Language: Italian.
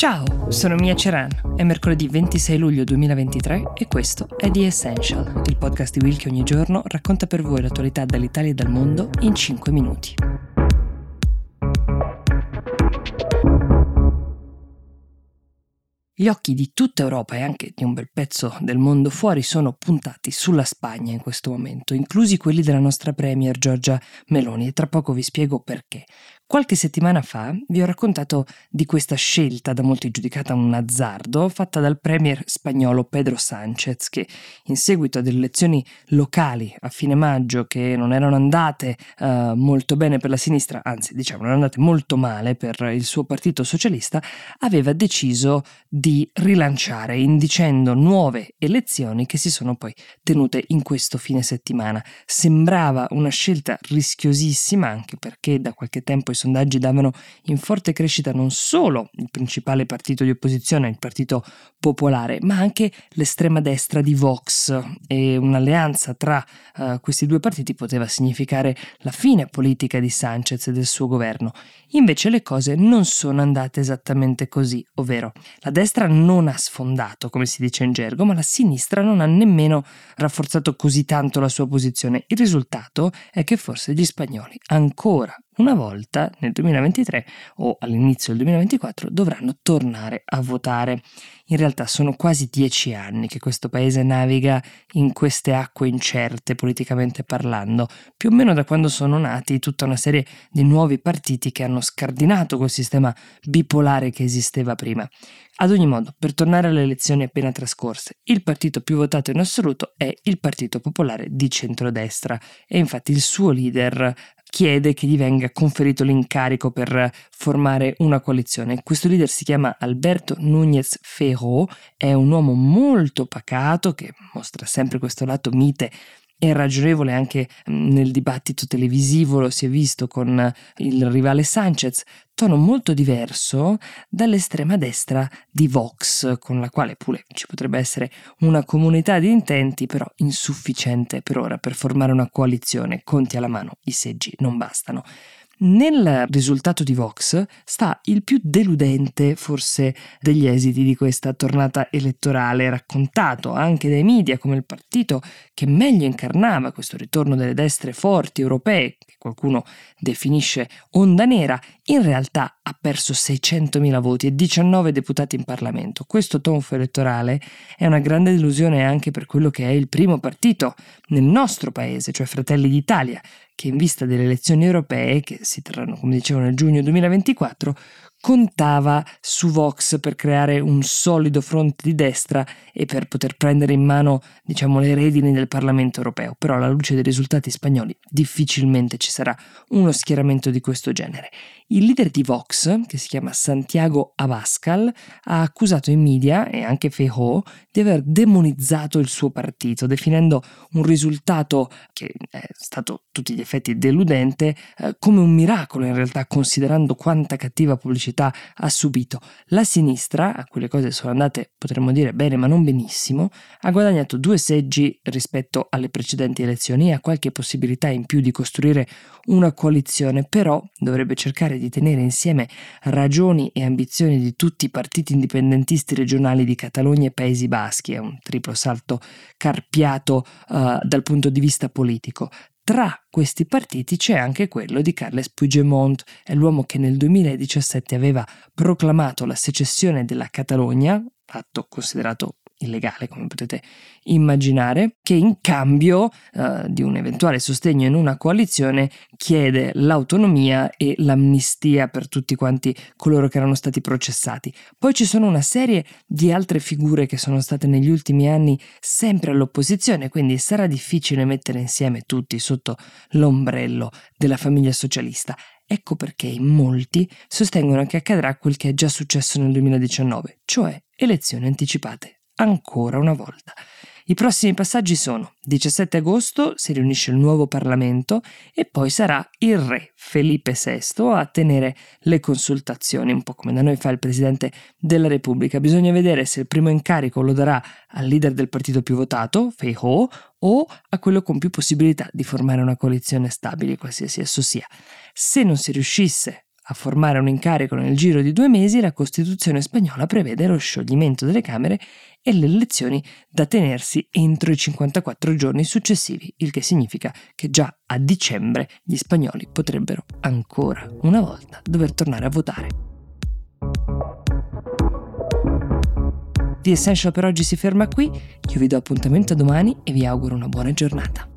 Ciao, sono Mia Ceran, è mercoledì 26 luglio 2023 e questo è The Essential, il podcast di Will che ogni giorno racconta per voi l'attualità dall'Italia e dal mondo in 5 minuti. Gli occhi di tutta Europa e anche di un bel pezzo del mondo fuori sono puntati sulla Spagna in questo momento, inclusi quelli della nostra premier Giorgia Meloni, e tra poco vi spiego perché. Qualche settimana fa vi ho raccontato di questa scelta, da molti giudicata un azzardo, fatta dal premier spagnolo Pedro Sánchez, che in seguito a delle elezioni locali a fine maggio che non erano andate molto bene per la sinistra, anzi diciamo erano andate molto male per il suo partito socialista, aveva deciso di rilanciare indicendo nuove elezioni che si sono poi tenute in questo fine settimana. Sembrava una scelta rischiosissima, anche perché da qualche tempo i sondaggi davano in forte crescita non solo il principale partito di opposizione, il Partito Popolare, ma anche l'estrema destra di Vox, e un'alleanza tra questi due partiti poteva significare la fine politica di Sánchez e del suo governo. Invece le cose non sono andate esattamente così, ovvero la destra non ha sfondato, come si dice in gergo, ma la sinistra non ha nemmeno rafforzato così tanto la sua posizione. Il risultato è che forse gli spagnoli ancora una volta nel 2023 o all'inizio del 2024 dovranno tornare a votare. In realtà sono quasi 10 anni che questo paese naviga in queste acque incerte politicamente parlando, più o meno da quando sono nati tutta una serie di nuovi partiti che hanno scardinato quel sistema bipolare che esisteva prima. Ad ogni modo, per tornare alle elezioni appena trascorse, il partito più votato in assoluto è il Partito Popolare di centrodestra, e infatti il suo leader chiede che gli venga conferito l'incarico per formare una coalizione. Questo leader si chiama Alberto Núñez Feijóo, è un uomo molto pacato che mostra sempre questo lato mite e ragionevole. Anche nel dibattito televisivo lo si è visto con il rivale Sánchez, tono molto diverso dall'estrema destra di Vox, con la quale pure ci potrebbe essere una comunità di intenti, però insufficiente per ora per formare una coalizione. Conti alla mano, i seggi non bastano. Nel risultato di Vox sta il più deludente forse degli esiti di questa tornata elettorale, raccontato anche dai media come il partito che meglio incarnava questo ritorno delle destre forti europee, che qualcuno definisce onda nera. In realtà ha perso 600.000 voti e 19 deputati in Parlamento. Questo tonfo elettorale è una grande delusione anche per quello che è il primo partito nel nostro paese, cioè Fratelli d'Italia, che in vista delle elezioni europee, che si terranno, come dicevo, nel giugno 2024, contava su Vox per creare un solido fronte di destra e per poter prendere in mano, diciamo, le redini del Parlamento europeo. Però alla luce dei risultati spagnoli difficilmente ci sarà uno schieramento di questo genere. Il leader di Vox, che si chiama Santiago Abascal, ha accusato i media e anche Feijóo di aver demonizzato il suo partito, definendo un risultato che è stato a tutti gli effetti deludente come un miracolo, in realtà, considerando quanta cattiva pubblicità ha subito. La sinistra, a cui le cose sono andate, potremmo dire, bene ma non benissimo, ha guadagnato 2 seggi rispetto alle precedenti elezioni e ha qualche possibilità in più di costruire una coalizione, però dovrebbe cercare di tenere insieme ragioni e ambizioni di tutti i partiti indipendentisti regionali di Catalogna e Paesi Baschi. È un triplo salto carpiato dal punto di vista politico. Tra questi partiti c'è anche quello di Carles Puigdemont, è l'uomo che nel 2017 aveva proclamato la secessione della Catalogna, atto considerato illegale, come potete immaginare, che in cambio di un eventuale sostegno in una coalizione chiede l'autonomia e l'amnistia per tutti quanti coloro che erano stati processati. Poi ci sono una serie di altre figure che sono state negli ultimi anni sempre all'opposizione, quindi sarà difficile mettere insieme tutti sotto l'ombrello della famiglia socialista. Ecco perché in molti sostengono che accadrà quel che è già successo nel 2019, cioè elezioni anticipate. Ancora una volta. I prossimi passaggi sono: 17 agosto si riunisce il nuovo Parlamento e poi sarà il re Felipe VI a tenere le consultazioni, un po' come da noi fa il Presidente della Repubblica. Bisogna vedere se il primo incarico lo darà al leader del partito più votato, Feijóo, o a quello con più possibilità di formare una coalizione stabile, qualsiasi esso sia. Se non si riuscisse a formare un incarico nel giro di 2 mesi, la Costituzione spagnola prevede lo scioglimento delle Camere e le elezioni da tenersi entro i 54 giorni successivi, il che significa che già a dicembre gli spagnoli potrebbero ancora una volta dover tornare a votare. The Essential per oggi si ferma qui, io vi do appuntamento a domani e vi auguro una buona giornata.